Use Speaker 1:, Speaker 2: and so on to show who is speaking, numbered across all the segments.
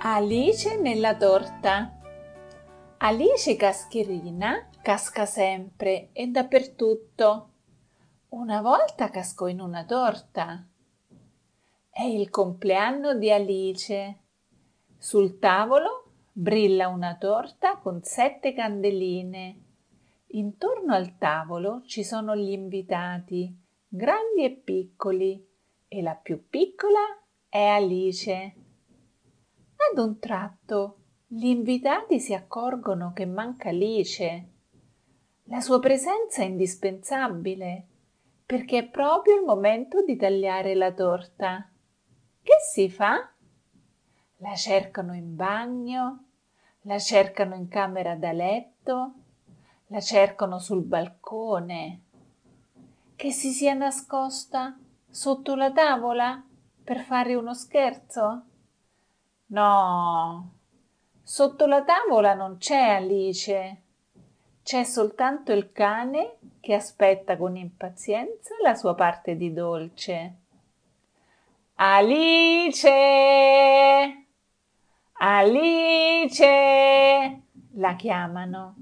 Speaker 1: Alice nella torta. Alice cascherina casca sempre e dappertutto. Una volta cascò in una torta. È il compleanno di Alice. Sul tavolo brilla una torta con 7 candeline. Intorno al tavolo ci sono gli invitati, grandi e piccoli, e la più piccola è Alice. Ad un tratto gli invitati si accorgono che manca Alice. La sua presenza è indispensabile perché è proprio il momento di tagliare la torta. Che si fa? La cercano in bagno, la cercano in camera da letto, la cercano sul balcone. Che si sia nascosta sotto la tavola per fare uno scherzo? No, sotto la tavola non c'è Alice, c'è soltanto il cane che aspetta con impazienza la sua parte di dolce. Alice! Alice! La chiamano.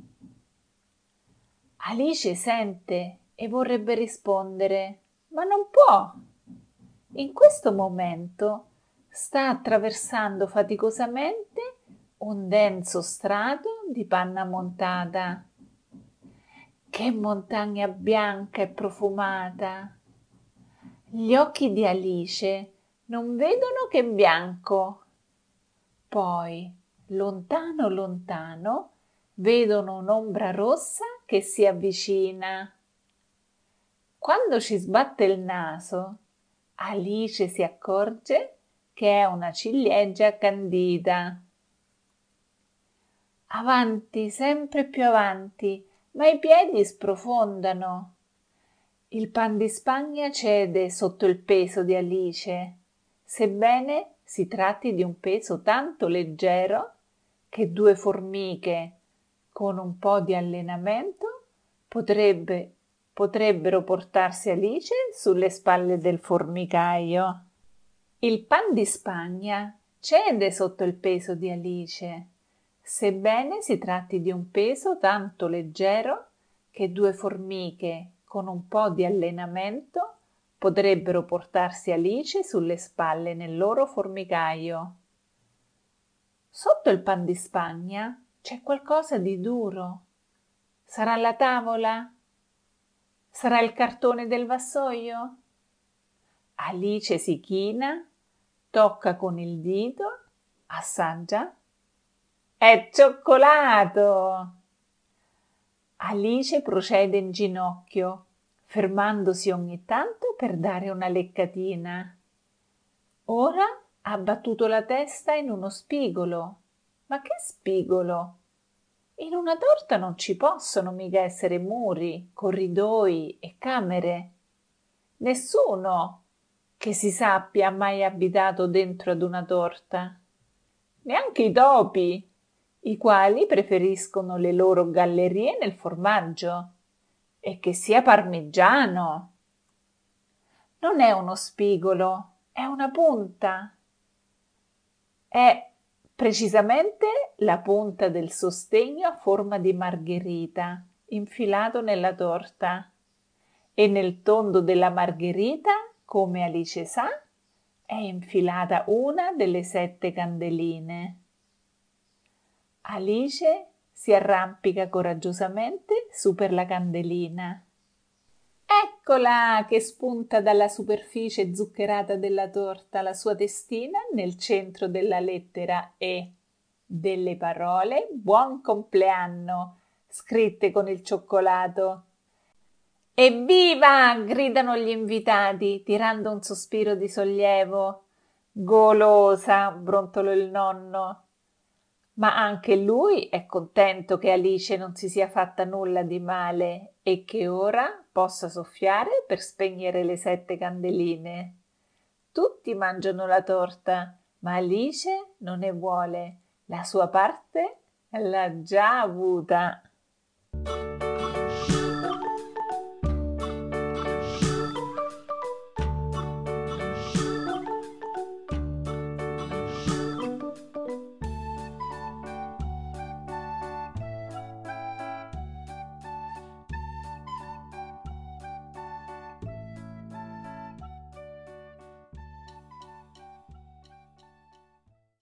Speaker 1: Alice sente e vorrebbe rispondere, ma non può. In questo momento sta attraversando faticosamente un denso strato di panna montata. Che montagna bianca e profumata! Gli occhi di Alice non vedono che bianco. Poi, lontano lontano, vedono un'ombra rossa che si avvicina. Quando ci sbatte il naso, Alice si accorge che è una ciliegia candida. Avanti, sempre più avanti, ma i piedi sprofondano. Il pan di Spagna cede sotto il peso di Alice, sebbene si tratti di un peso tanto leggero che 2 formiche con un po' di allenamento potrebbero portarsi Alice sulle spalle del formicaio. Il pan di Spagna cede sotto il peso di Alice, sebbene si tratti di un peso tanto leggero che 2 formiche con un po' di allenamento potrebbero portarsi Alice sulle spalle nel loro formicaio. Sotto il pan di Spagna c'è qualcosa di duro. Sarà la tavola? Sarà il cartone del vassoio? Alice si china, tocca con il dito, assaggia. È cioccolato! Alice procede in ginocchio, fermandosi ogni tanto per dare una leccatina. Ora ha battuto la testa in uno spigolo. Ma che spigolo? In una torta non ci possono mica essere muri, corridoi e camere. Nessuno che si sappia ha mai abitato dentro ad una torta. Neanche i topi, i quali preferiscono le loro gallerie nel formaggio. E che sia parmigiano. Non è uno spigolo, è una punta. È precisamente la punta del sostegno a forma di margherita infilato nella torta. E nel tondo della margherita, come Alice sa, è infilata una delle 7 candeline. Alice si arrampica coraggiosamente su per la candelina. Eccola che spunta dalla superficie zuccherata della torta la sua testina nel centro della lettera E, delle parole Buon compleanno, scritte con il cioccolato. Evviva! Gridano gli invitati, tirando un sospiro di sollievo. Golosa, brontolò il nonno. Ma anche lui è contento che Alice non si sia fatta nulla di male e che ora possa soffiare per spegnere le 7 candeline. Tutti mangiano la torta, ma Alice non ne vuole. La sua parte l'ha già avuta.